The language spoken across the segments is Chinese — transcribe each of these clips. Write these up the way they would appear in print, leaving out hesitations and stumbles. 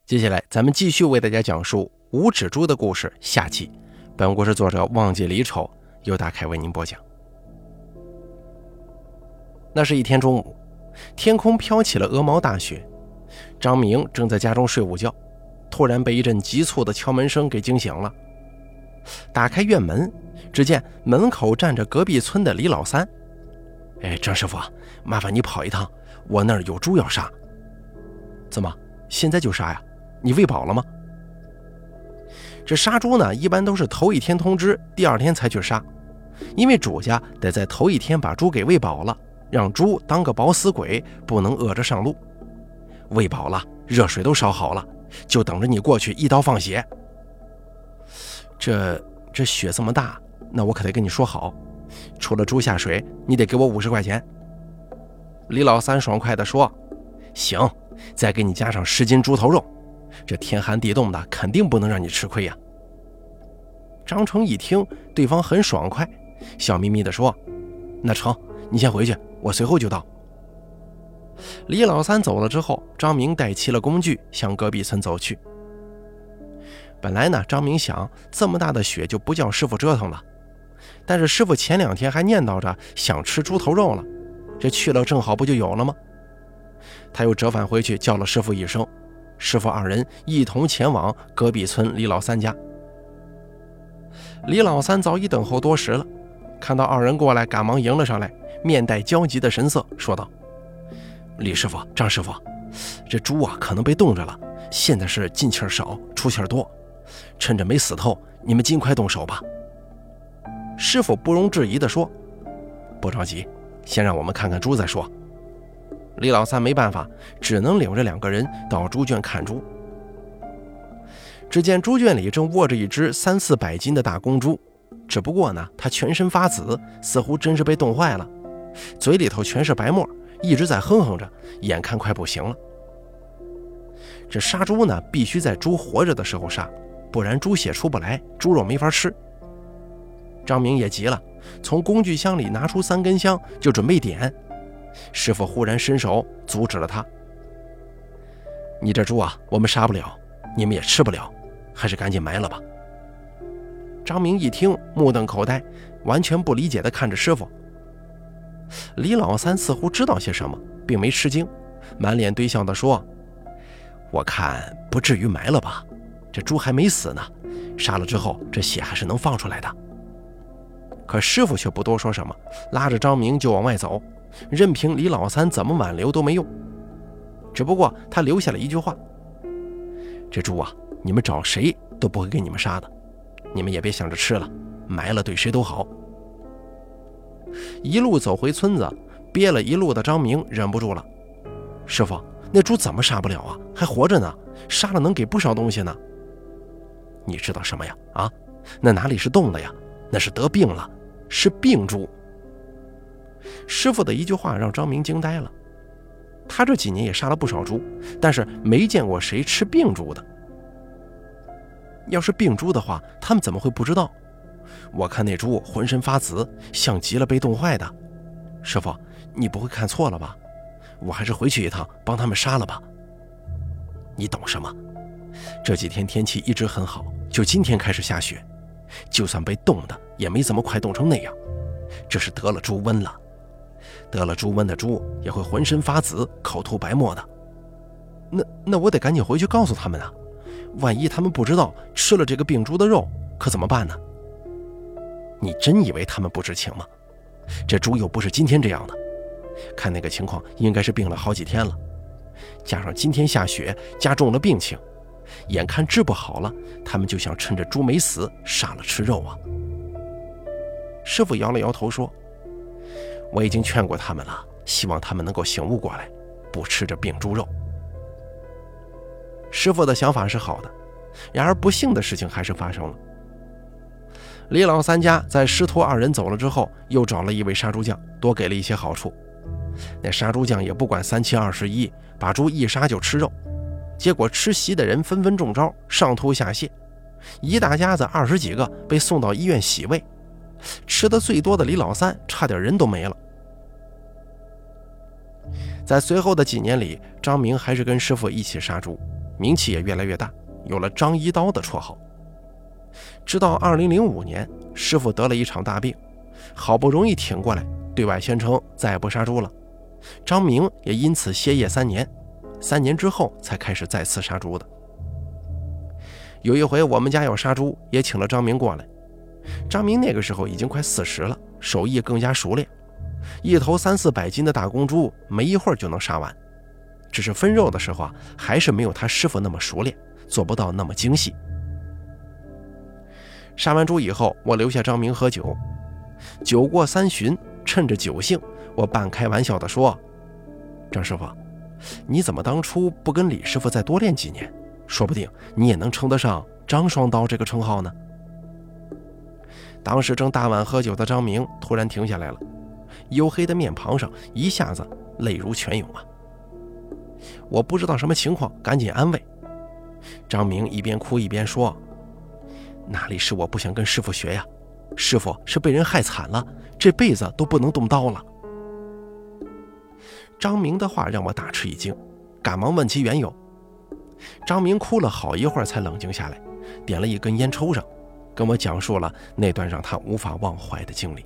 接下来咱们继续为大家讲述无齿猪的故事下集。本故事作者忘记离愁，由大凯为您播讲。那是一天中午，天空飘起了鹅毛大雪，张明正在家中睡午觉，突然被一阵急促的敲门声给惊醒了。打开院门，只见门口站着隔壁村的李老三。张师傅，麻烦你跑一趟，我那儿有猪要杀。怎么现在就杀呀？你喂饱了吗？这杀猪呢，一般都是头一天通知，第二天才去杀，因为主家得在头一天把猪给喂饱了，让猪当个饱死鬼，不能饿着上路。喂饱了，热水都烧好了，就等着你过去一刀放血。这雪这么大，那我可得跟你说好，除了猪下水，你得给我50块钱。李老三爽快地说：行，再给你加上10斤猪头肉，这天寒地冻的，肯定不能让你吃亏呀。张成一听对方很爽快，笑眯眯地说：那成，你先回去，我随后就到。李老三走了之后，张明带齐了工具向隔壁村走去。本来呢，张明想这么大的雪就不叫师傅折腾了，但是师傅前2天还念叨着想吃猪头肉了，这去了正好不就有了吗？他又折返回去叫了师傅一声，师傅2人一同前往隔壁村李老三家。李老三早已等候多时了，看到2人过来，赶忙迎了上来，面带焦急的神色说道：李师傅，张师傅，这猪啊可能被冻着了，现在是进气少出气多，趁着没死透，你们尽快动手吧。师傅不容置疑地说：不着急，先让我们看看猪再说。李老三没办法，只能领着2个人到猪圈看猪。只见猪圈里正卧着一只300-400斤的大公猪，只不过呢，它全身发紫，似乎真是被冻坏了，嘴里头全是白沫，一直在哼哼着，眼看快不行了。这杀猪呢，必须在猪活着的时候杀，不然猪血出不来，猪肉没法吃。张明也急了，从工具箱里拿出3根香，就准备点。师傅忽然伸手阻止了他：你这猪啊，我们杀不了，你们也吃不了，还是赶紧埋了吧。张明一听目瞪口呆，完全不理解地看着师傅。李老三似乎知道些什么，并没吃惊，满脸堆笑地说：我看不至于埋了吧，这猪还没死呢，杀了之后这血还是能放出来的。可师傅却不多说什么，拉着张明就往外走，任凭李老三怎么挽留都没用。只不过他留下了一句话：这猪啊，你们找谁都不会给你们杀的，你们也别想着吃了，埋了对谁都好。一路走回村子，憋了一路的张明忍不住了：师傅，那猪怎么杀不了啊？还活着呢，杀了能给不少东西呢。你知道什么呀？啊，那哪里是冻的呀，那是得病了，是病猪。师傅的一句话让张明惊呆了，他这几年也杀了不少猪，但是没见过谁吃病猪的。要是病猪的话，他们怎么会不知道？我看那猪浑身发紫，像极了被冻坏的。师傅，你不会看错了吧？我还是回去一趟，帮他们杀了吧。你懂什么？这几天天气一直很好，就今天开始下雪，就算被冻的也没这么快冻成那样，这是得了猪瘟了。得了猪瘟的猪也会浑身发紫，口吐白沫的。那我得赶紧回去告诉他们啊，万一他们不知道吃了这个病猪的肉，可怎么办呢？你真以为他们不知情吗？这猪又不是今天这样的，看那个情况应该是病了好几天了，加上今天下雪加重了病情，眼看治不好了，他们就想趁着猪没死杀了吃肉啊。师傅摇了摇头说：我已经劝过他们了，希望他们能够醒悟过来，不吃这病猪肉。师傅的想法是好的，然而不幸的事情还是发生了。李老三家在师徒2人走了之后，又找了一位杀猪匠，多给了一些好处。那杀猪匠也不管3七21，把猪一杀就吃肉，结果吃席的人纷纷中招，上吐下泻，一大家子20几个被送到医院洗胃，吃得最多的李老三差点人都没了。在随后的几年里，张明还是跟师傅一起杀猪， 名气也越来越大，有了张一刀的绰号。直到2005年，师傅得了一场大病，好不容易挺过来，对外宣称再也不杀猪了。张明也因此歇业3年，3年之后才开始再次杀猪的。有一回我们家要杀猪，也请了张明过来。张明那个时候已经快40了，手艺更加熟练，一头300-400斤的大公猪没一会儿就能杀完，只是分肉的时候还是没有他师傅那么熟练，做不到那么精细。杀完猪以后，我留下张明喝酒，酒过3巡，趁着酒兴，我半开玩笑地说：“张师傅，你怎么当初不跟李师傅再多练几年？说不定你也能称得上张双刀这个称号呢。”当时正大碗喝酒的张明突然停下来了，黝黑的面庞上一下子泪如泉涌啊！我不知道什么情况，赶紧安慰。张明一边哭一边说：“哪里是我不想跟师傅学呀，师傅是被人害惨了，这辈子都不能动刀了。”张明的话让我大吃一惊，赶忙问其缘由。张明哭了好一会儿才冷静下来，点了一根烟抽上，跟我讲述了那段让他无法忘怀的经历。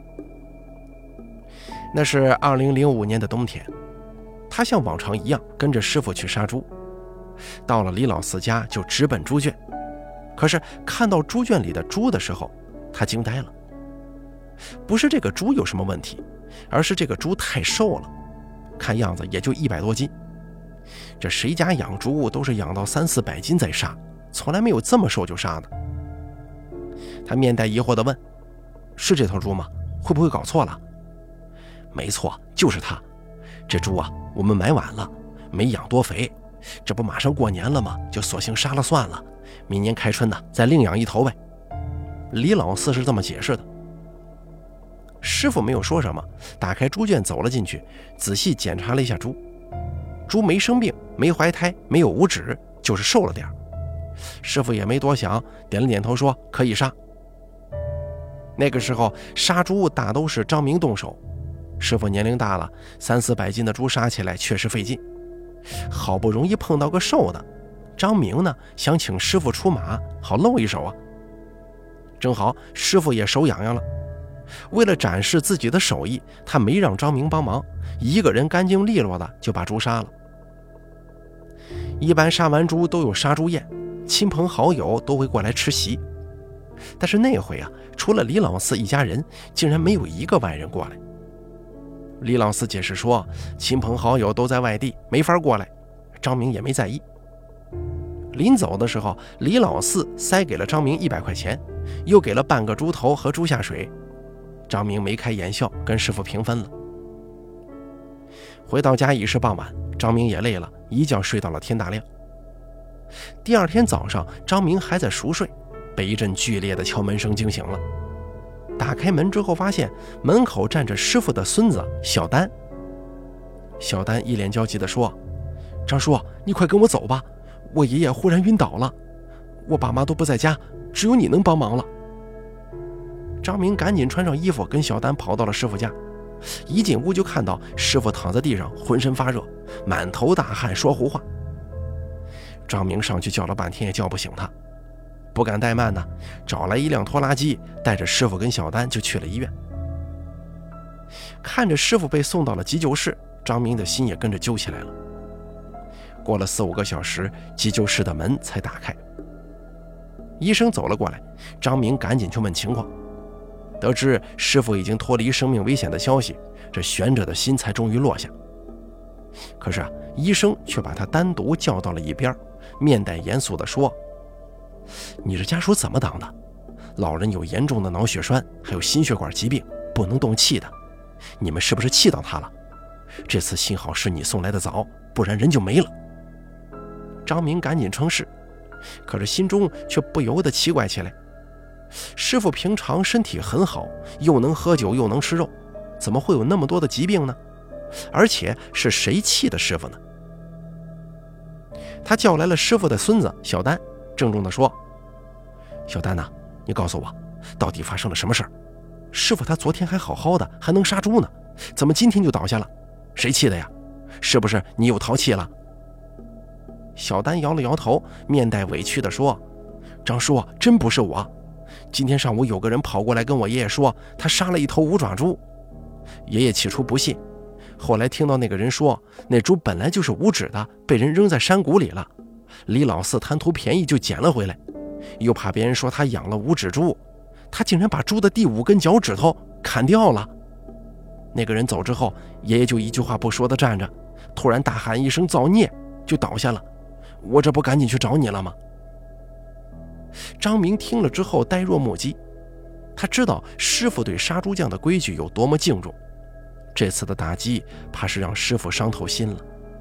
那是2005年的冬天，他像往常一样跟着师傅去杀猪，到了李老四家就直奔猪圈。可是看到猪圈里的猪的时候，他惊呆了。不是这个猪有什么问题，而是这个猪太瘦了，看样子也就100多斤。这谁家养猪都是养到300-400斤再杀，从来没有这么瘦就杀的。他面带疑惑地问：“是这头猪吗？会不会搞错了？”“没错，就是它。这猪啊，我们买晚了，没养多肥，这不马上过年了吗？就索性杀了算了，明年开春呢再另养一头呗。”李老四是这么解释的。师傅没有说什么，打开猪圈走了进去，仔细检查了一下猪。猪没生病，没怀胎，没有五指，就是瘦了点。师傅也没多想，点了点头说可以杀。那个时候杀猪大都是张明动手，师傅年龄大了，300-400斤的猪杀起来确实费劲。好不容易碰到个瘦的，张明呢想请师傅出马，好露一手啊。正好师傅也手痒痒了，为了展示自己的手艺，他没让张明帮忙，一个人干净利落的就把猪杀了。一般杀完猪都有杀猪宴，亲朋好友都会过来吃席。但是那回啊，除了李老四一家人，竟然没有一个外人过来。李老四解释说，亲朋好友都在外地，没法过来，张明也没在意。临走的时候，李老四塞给了张明100块钱，又给了半个猪头和猪下水。张明眉开眼笑，跟师傅平分了。回到家已是傍晚，张明也累了，一觉睡到了天大亮。第二天早上，张明还在熟睡，被一阵剧烈的敲门声惊醒了。打开门之后，发现门口站着师傅的孙子小丹。小丹一脸焦急地说：“张叔，你快跟我走吧，我爷爷忽然晕倒了，我爸妈都不在家，只有你能帮忙了。”张明赶紧穿上衣服，跟小丹跑到了师傅家。一进屋就看到师傅躺在地上，浑身发热，满头大汗，说胡话。张明上去叫了半天也叫不醒他，不敢怠慢呢，找来一辆拖拉机，带着师傅跟小丹就去了医院。看着师傅被送到了急救室，张明的心也跟着揪起来了。过了4-5个小时，急救室的门才打开。医生走了过来，张明赶紧去问情况。得知师傅已经脱离生命危险的消息，这悬着的心才终于落下。可是医生却把他单独叫到了一边，面带严肃地说：“你这家属怎么当的？老人有严重的脑血栓，还有心血管疾病，不能动气的。你们是不是气到他了？这次幸好是你送来的早，不然人就没了。”张明赶紧称是，可是心中却不由得奇怪起来。师傅平常身体很好，又能喝酒又能吃肉，怎么会有那么多的疾病呢？而且是谁气的师傅呢？他叫来了师傅的孙子小丹，郑重地说：“小丹呐，你告诉我，到底发生了什么事儿？师傅他昨天还好好的，还能杀猪呢，怎么今天就倒下了？谁气的呀？是不是你又淘气了？” 小丹摇了摇头，面带委屈地说：“张叔，真不是我。今天上午有个人跑过来跟我爷爷说，他杀了一头五爪猪。爷爷起初不信，后来听到那个人说，那猪本来就是无指的，被人扔在山谷里了。李老四贪图便宜就捡了回来，又怕别人说他养了五指猪，他竟然把猪的第5根脚趾头砍掉了。那个人走之后，爷爷就一句话不说的站着，突然大喊一声造孽，就倒下了。我这不赶紧去找你了吗？”张明听了之后呆若木鸡，他知道师傅对杀猪匠的规矩有多么敬重，这次的打击怕是让师傅伤透心了。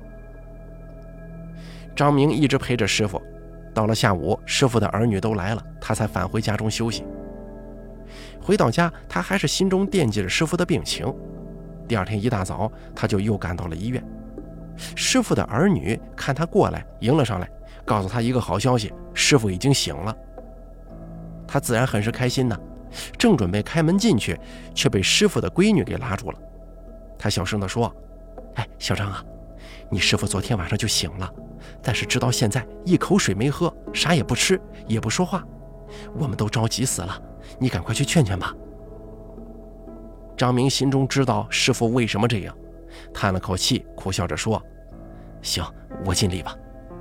张明一直陪着师傅，到了下午，师傅的儿女都来了，他才返回家中休息。回到家，他还是心中惦记着师傅的病情。第二天一大早，他就又赶到了医院。师傅的儿女看他过来，迎了上来，告诉他一个好消息，师傅已经醒了。他自然很是开心呢，正准备开门进去，却被师傅的闺女给拉住了。他小声地说：“哎，小张啊，你师傅昨天晚上就醒了，但是直到现在一口水没喝，啥也不吃，也不说话，我们都着急死了，你赶快去劝劝吧。”张明心中知道师傅为什么这样，叹了口气，苦笑着说：“行，我尽力吧。”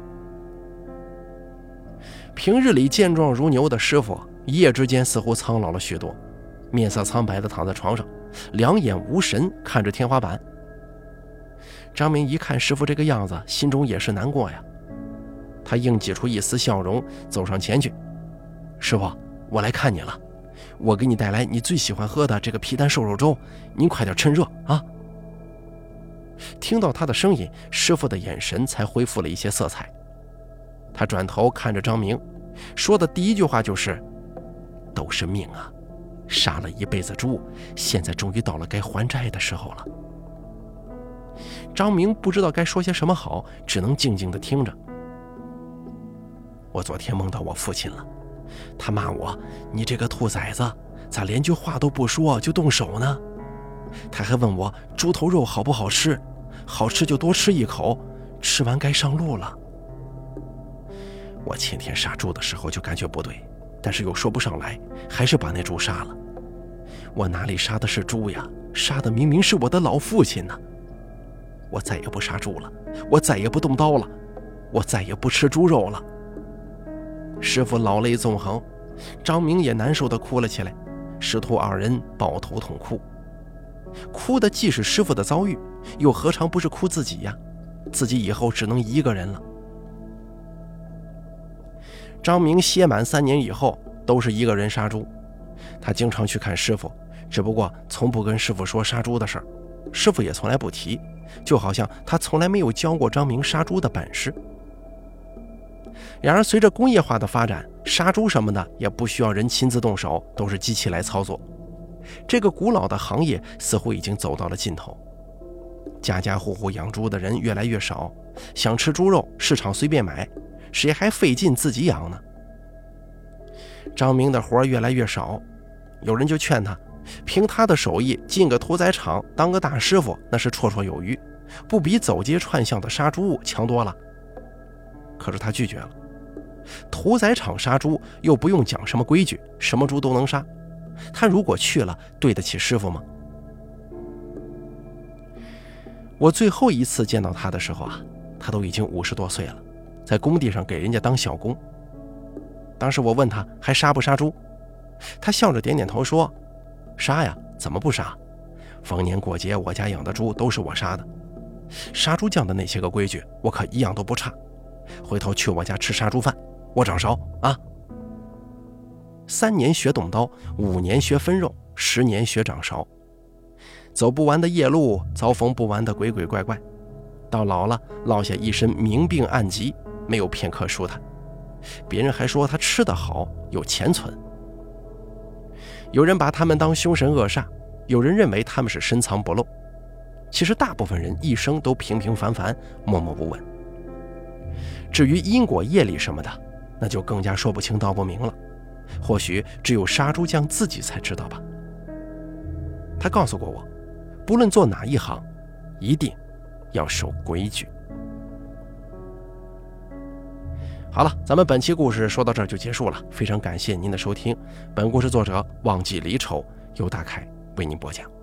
平日里健壮如牛的师傅，一夜之间似乎苍老了许多，面色苍白地躺在床上，两眼无神看着天花板。张明一看师傅这个样子，心中也是难过呀。他硬挤出一丝笑容，走上前去：“师傅，我来看你了，我给你带来你最喜欢喝的这个皮蛋瘦肉粥，您快点趁热啊！”听到他的声音，师傅的眼神才恢复了一些色彩。他转头看着张明，说的第一句话就是：“都是命啊，杀了一辈子猪，现在终于到了该还债的时候了。”张明不知道该说些什么好，只能静静地听着。“我昨天梦到我父亲了，他骂我，你这个兔崽子，咋连句话都不说就动手呢？他还问我猪头肉好不好吃，好吃就多吃一口，吃完该上路了。我前天杀猪的时候就感觉不对，但是又说不上来，还是把那猪杀了。我哪里杀的是猪呀，杀的明明是我的老父亲呢。我再也不杀猪了，我再也不动刀了，我再也不吃猪肉了。”师傅老泪纵横，张明也难受地哭了起来，师徒二人抱头痛哭。哭的既是师傅的遭遇，又何尝不是哭自己呀？自己以后只能一个人了。张明歇满3年以后，都是一个人杀猪。他经常去看师傅，只不过从不跟师傅说杀猪的事儿，师傅也从来不提，就好像他从来没有教过张明杀猪的本事。然而随着工业化的发展，杀猪什么的也不需要人亲自动手，都是机器来操作。这个古老的行业似乎已经走到了尽头，家家户户养猪的人越来越少，想吃猪肉市场随便买，谁还费劲自己养呢？张明的活越来越少，有人就劝他，凭他的手艺进个屠宰场当个大师傅，那是绰绰有余，不比走街串巷的杀猪强多了。可是他拒绝了，屠宰场杀猪又不用讲什么规矩，什么猪都能杀，他如果去了，对得起师傅吗？我最后一次见到他的时候啊，他都已经50多岁了，在工地上给人家当小工。当时我问他还杀不杀猪，他笑着点点头说：“杀呀，怎么不杀？逢年过节我家养的猪都是我杀的，杀猪匠的那些个规矩我可一样都不差，回头去我家吃杀猪饭，我掌勺啊！3年学动刀，5年学分肉，10年学掌勺，走不完的夜路，遭逢不完的鬼鬼怪怪，到老了落下一身明病暗疾，没有片刻舒坦。别人还说他吃得好，有钱存。有人把他们当凶神恶煞，有人认为他们是深藏不露。其实大部分人一生都平平凡凡，默默无闻。至于因果业力什么的，那就更加说不清道不明了，或许只有杀猪匠自己才知道吧。他告诉过我，不论做哪一行，一定要守规矩。 好了，咱们本期故事说到这儿就结束了，非常感谢您的收听。本故事作者忘记离愁，由大凯为您播讲。